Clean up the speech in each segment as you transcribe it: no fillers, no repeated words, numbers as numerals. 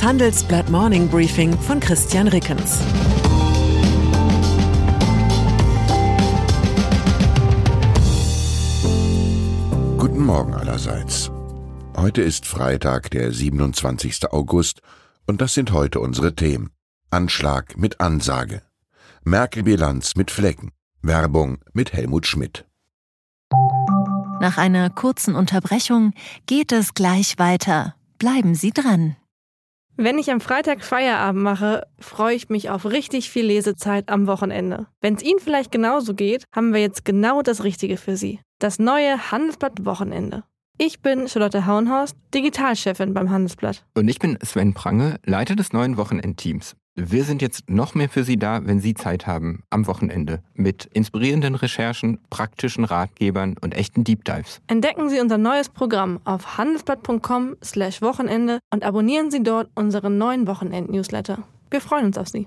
Das Handelsblatt Morning Briefing von Christian Rickens. Guten Morgen allerseits. Heute ist Freitag, der 27. August, und das sind heute unsere Themen. Anschlag mit Ansage. Merkel-Bilanz mit Flecken. Werbung mit Helmut Schmidt. Nach einer kurzen Unterbrechung geht es gleich weiter. Bleiben Sie dran. Wenn ich am Freitag Feierabend mache, freue ich mich auf richtig viel Lesezeit am Wochenende. Wenn es Ihnen vielleicht genauso geht, haben wir jetzt genau das Richtige für Sie. Das neue Handelsblatt Wochenende. Ich bin Charlotte Hauenhorst, Digitalchefin beim Handelsblatt. Und ich bin Sven Prange, Leiter des neuen Wochenendteams. Wir sind jetzt noch mehr für Sie da, wenn Sie Zeit haben, am Wochenende. Mit inspirierenden Recherchen, praktischen Ratgebern und echten Deep Dives. Entdecken Sie unser neues Programm auf handelsblatt.com/Wochenende und abonnieren Sie dort unseren neuen Wochenend-Newsletter. Wir freuen uns auf Sie.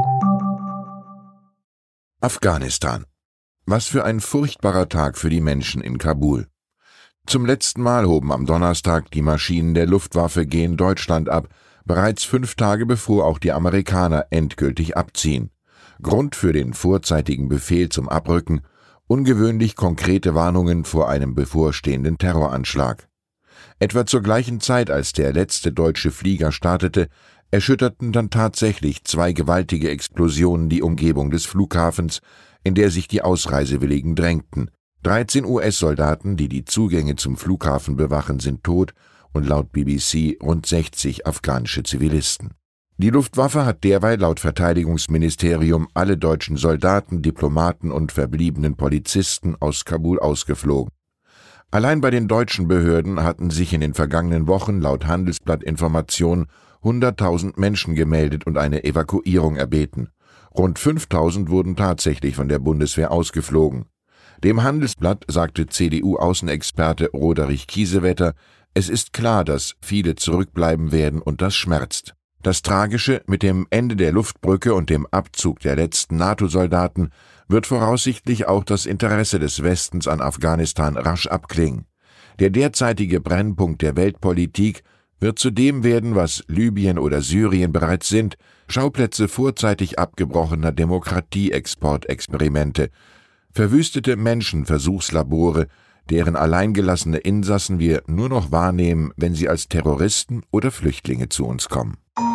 Afghanistan. Was für ein furchtbarer Tag für die Menschen in Kabul. Zum letzten Mal hoben am Donnerstag die Maschinen der Luftwaffe gen Deutschland ab, bereits 5 Tage bevor auch die Amerikaner endgültig abziehen. Grund für den vorzeitigen Befehl zum Abrücken: ungewöhnlich konkrete Warnungen vor einem bevorstehenden Terroranschlag. Etwa zur gleichen Zeit, als der letzte deutsche Flieger startete, erschütterten dann tatsächlich 2 gewaltige Explosionen die Umgebung des Flughafens, in der sich die Ausreisewilligen drängten. 13 US-Soldaten, die die Zugänge zum Flughafen bewachen, sind tot und laut BBC rund 60 afghanische Zivilisten. Die Luftwaffe hat derweil laut Verteidigungsministerium alle deutschen Soldaten, Diplomaten und verbliebenen Polizisten aus Kabul ausgeflogen. Allein bei den deutschen Behörden hatten sich in den vergangenen Wochen laut Handelsblatt-Informationen 100.000 Menschen gemeldet und eine Evakuierung erbeten. Rund 5.000 wurden tatsächlich von der Bundeswehr ausgeflogen. Dem Handelsblatt sagte CDU-Außenexperte Roderich Kiesewetter: Es ist klar, dass viele zurückbleiben werden und das schmerzt. Das Tragische: Mit dem Ende der Luftbrücke und dem Abzug der letzten NATO-Soldaten wird voraussichtlich auch das Interesse des Westens an Afghanistan rasch abklingen. Der derzeitige Brennpunkt der Weltpolitik wird zu dem werden, was Libyen oder Syrien bereits sind: Schauplätze vorzeitig abgebrochener Demokratie-Exportexperimente, verwüstete Menschenversuchslabore, deren alleingelassene Insassen wir nur noch wahrnehmen, wenn sie als Terroristen oder Flüchtlinge zu uns kommen.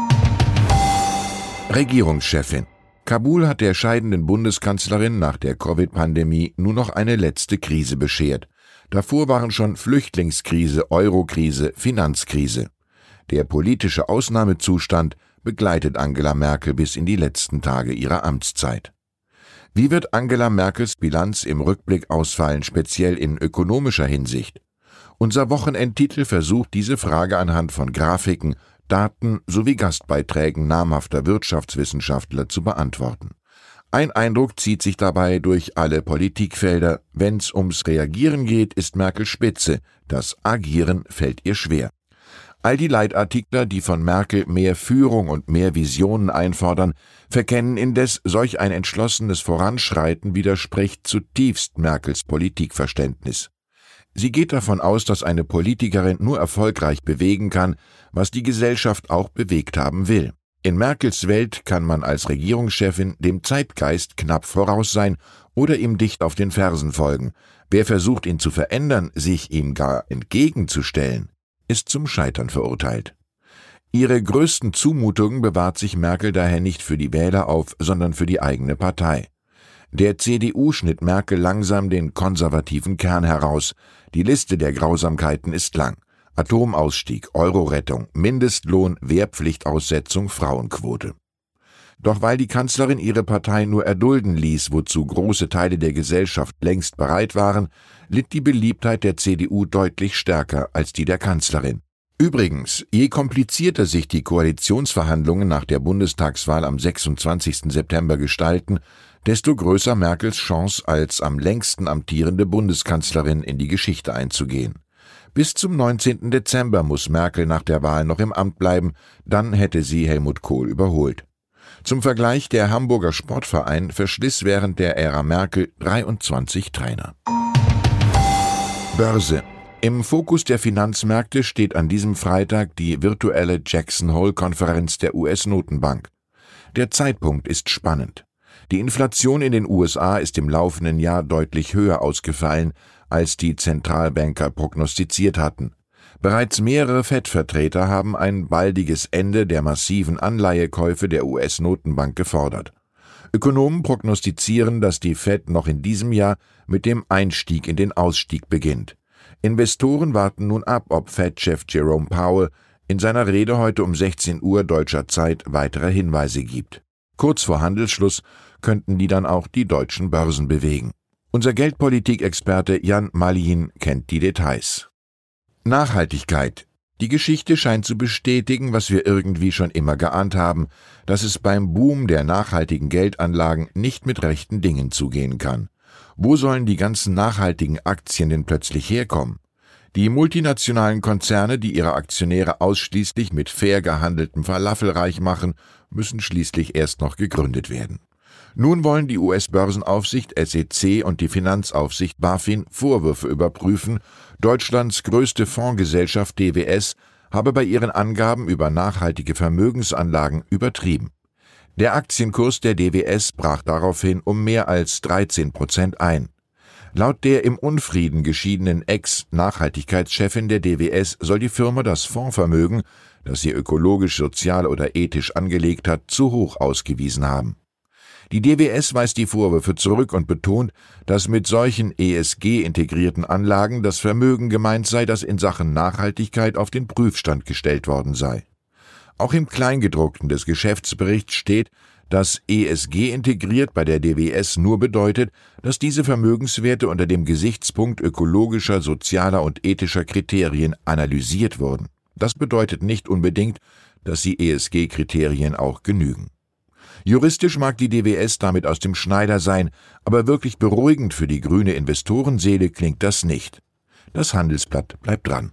Regierungschefin. Kabul hat der scheidenden Bundeskanzlerin nach der Covid-Pandemie nur noch eine letzte Krise beschert. Davor waren schon Flüchtlingskrise, Eurokrise, Finanzkrise. Der politische Ausnahmezustand begleitet Angela Merkel bis in die letzten Tage ihrer Amtszeit. Wie wird Angela Merkels Bilanz im Rückblick ausfallen, speziell in ökonomischer Hinsicht? Unser Wochenendtitel versucht diese Frage anhand von Grafiken, Daten sowie Gastbeiträgen namhafter Wirtschaftswissenschaftler zu beantworten. Ein Eindruck zieht sich dabei durch alle Politikfelder: Wenn's ums Reagieren geht, ist Merkel Spitze, das Agieren fällt ihr schwer. All die Leitartikler, die von Merkel mehr Führung und mehr Visionen einfordern, verkennen indes, solch ein entschlossenes Voranschreiten widerspricht zutiefst Merkels Politikverständnis. Sie geht davon aus, dass eine Politikerin nur erfolgreich bewegen kann, was die Gesellschaft auch bewegt haben will. In Merkels Welt kann man als Regierungschefin dem Zeitgeist knapp voraus sein oder ihm dicht auf den Fersen folgen. Wer versucht, ihn zu verändern, sich ihm gar entgegenzustellen, ist zum Scheitern verurteilt. Ihre größten Zumutungen bewahrt sich Merkel daher nicht für die Wähler auf, sondern für die eigene Partei. Der CDU schnitt Merkel langsam den konservativen Kern heraus. Die Liste der Grausamkeiten ist lang: Atomausstieg, Euro-Rettung, Mindestlohn, Wehrpflichtaussetzung, Frauenquote. Doch weil die Kanzlerin ihre Partei nur erdulden ließ, wozu große Teile der Gesellschaft längst bereit waren, litt die Beliebtheit der CDU deutlich stärker als die der Kanzlerin. Übrigens, je komplizierter sich die Koalitionsverhandlungen nach der Bundestagswahl am 26. September gestalten, desto größer Merkels Chance, als am längsten amtierende Bundeskanzlerin in die Geschichte einzugehen. Bis zum 19. Dezember muss Merkel nach der Wahl noch im Amt bleiben, dann hätte sie Helmut Kohl überholt. Zum Vergleich: Der Hamburger Sportverein verschliss während der Ära Merkel 23 Trainer. Börse. Im Fokus der Finanzmärkte steht an diesem Freitag die virtuelle Jackson-Hole-Konferenz der US-Notenbank. Der Zeitpunkt ist spannend. Die Inflation in den USA ist im laufenden Jahr deutlich höher ausgefallen, als die Zentralbanker prognostiziert hatten. Bereits mehrere Fed-Vertreter haben ein baldiges Ende der massiven Anleihekäufe der US-Notenbank gefordert. Ökonomen prognostizieren, dass die Fed noch in diesem Jahr mit dem Einstieg in den Ausstieg beginnt. Investoren warten nun ab, ob Fed-Chef Jerome Powell in seiner Rede heute um 16 Uhr deutscher Zeit weitere Hinweise gibt. Kurz vor Handelsschluss könnten die dann auch die deutschen Börsen bewegen. Unser Geldpolitikexperte Jan Mallien kennt die Details. Nachhaltigkeit. Die Geschichte scheint zu bestätigen, was wir irgendwie schon immer geahnt haben, dass es beim Boom der nachhaltigen Geldanlagen nicht mit rechten Dingen zugehen kann. Wo sollen die ganzen nachhaltigen Aktien denn plötzlich herkommen? Die multinationalen Konzerne, die ihre Aktionäre ausschließlich mit fair gehandeltem Falafel reich machen, müssen schließlich erst noch gegründet werden. Nun wollen die US-Börsenaufsicht SEC und die Finanzaufsicht BaFin Vorwürfe überprüfen, Deutschlands größte Fondsgesellschaft DWS habe bei ihren Angaben über nachhaltige Vermögensanlagen übertrieben. Der Aktienkurs der DWS brach daraufhin um mehr als 13% ein. Laut der im Unfrieden geschiedenen Ex-Nachhaltigkeitschefin der DWS soll die Firma das Fondsvermögen, das sie ökologisch, sozial oder ethisch angelegt hat, zu hoch ausgewiesen haben. Die DWS weist die Vorwürfe zurück und betont, dass mit solchen ESG-integrierten Anlagen das Vermögen gemeint sei, das in Sachen Nachhaltigkeit auf den Prüfstand gestellt worden sei. Auch im Kleingedruckten des Geschäftsberichts steht, dass ESG integriert bei der DWS nur bedeutet, dass diese Vermögenswerte unter dem Gesichtspunkt ökologischer, sozialer und ethischer Kriterien analysiert wurden. Das bedeutet nicht unbedingt, dass die ESG-Kriterien auch genügen. Juristisch mag die DWS damit aus dem Schneider sein, aber wirklich beruhigend für die grüne Investorenseele klingt das nicht. Das Handelsblatt bleibt dran.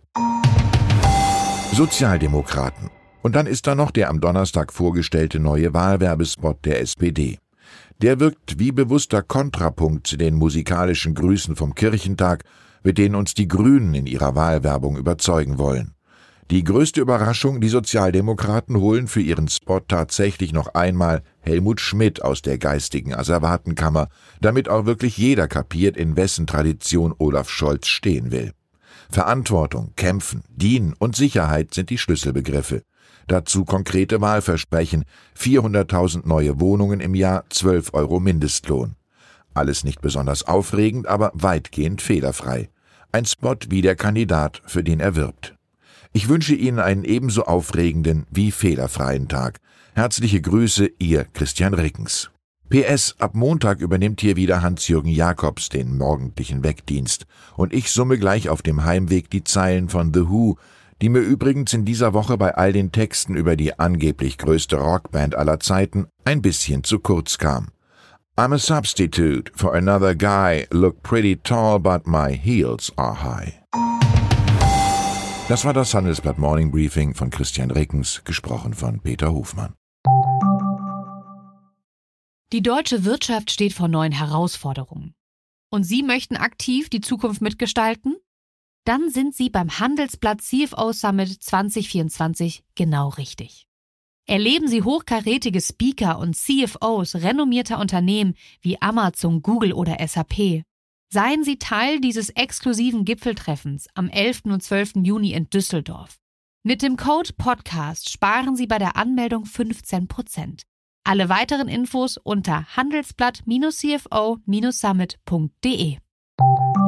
Sozialdemokraten. Und dann ist da noch der am Donnerstag vorgestellte neue Wahlwerbespot der SPD. Der wirkt wie bewusster Kontrapunkt zu den musikalischen Grüßen vom Kirchentag, mit denen uns die Grünen in ihrer Wahlwerbung überzeugen wollen. Die größte Überraschung, die Sozialdemokraten holen für ihren Spot tatsächlich noch einmal Helmut Schmidt aus der geistigen Asservatenkammer, damit auch wirklich jeder kapiert, in wessen Tradition Olaf Scholz stehen will. Verantwortung, Kämpfen, Dienen und Sicherheit sind die Schlüsselbegriffe. Dazu konkrete Wahlversprechen, 400.000 neue Wohnungen im Jahr, 12 € Mindestlohn. Alles nicht besonders aufregend, aber weitgehend fehlerfrei. Ein Spot wie der Kandidat, für den er wirbt. Ich wünsche Ihnen einen ebenso aufregenden wie fehlerfreien Tag. Herzliche Grüße, Ihr Christian Rickens. PS, ab Montag übernimmt hier wieder Hans-Jürgen Jakobs den morgendlichen Wegdienst. Und ich summe gleich auf dem Heimweg die Zeilen von The Who, die mir übrigens in dieser Woche bei all den Texten über die angeblich größte Rockband aller Zeiten ein bisschen zu kurz kam. I'm a substitute for another guy, look pretty tall, but my heels are high. Das war das Handelsblatt Morning Briefing von Christian Rickens, gesprochen von Peter Hofmann. Die deutsche Wirtschaft steht vor neuen Herausforderungen. Und Sie möchten aktiv die Zukunft mitgestalten? Dann sind Sie beim Handelsblatt CFO Summit 2024 genau richtig. Erleben Sie hochkarätige Speaker und CFOs renommierter Unternehmen wie Amazon, Google oder SAP. Seien Sie Teil dieses exklusiven Gipfeltreffens am 11. und 12. Juni in Düsseldorf. Mit dem Code PODCAST sparen Sie bei der Anmeldung 15%. Alle weiteren Infos unter handelsblatt-cfo-summit.de.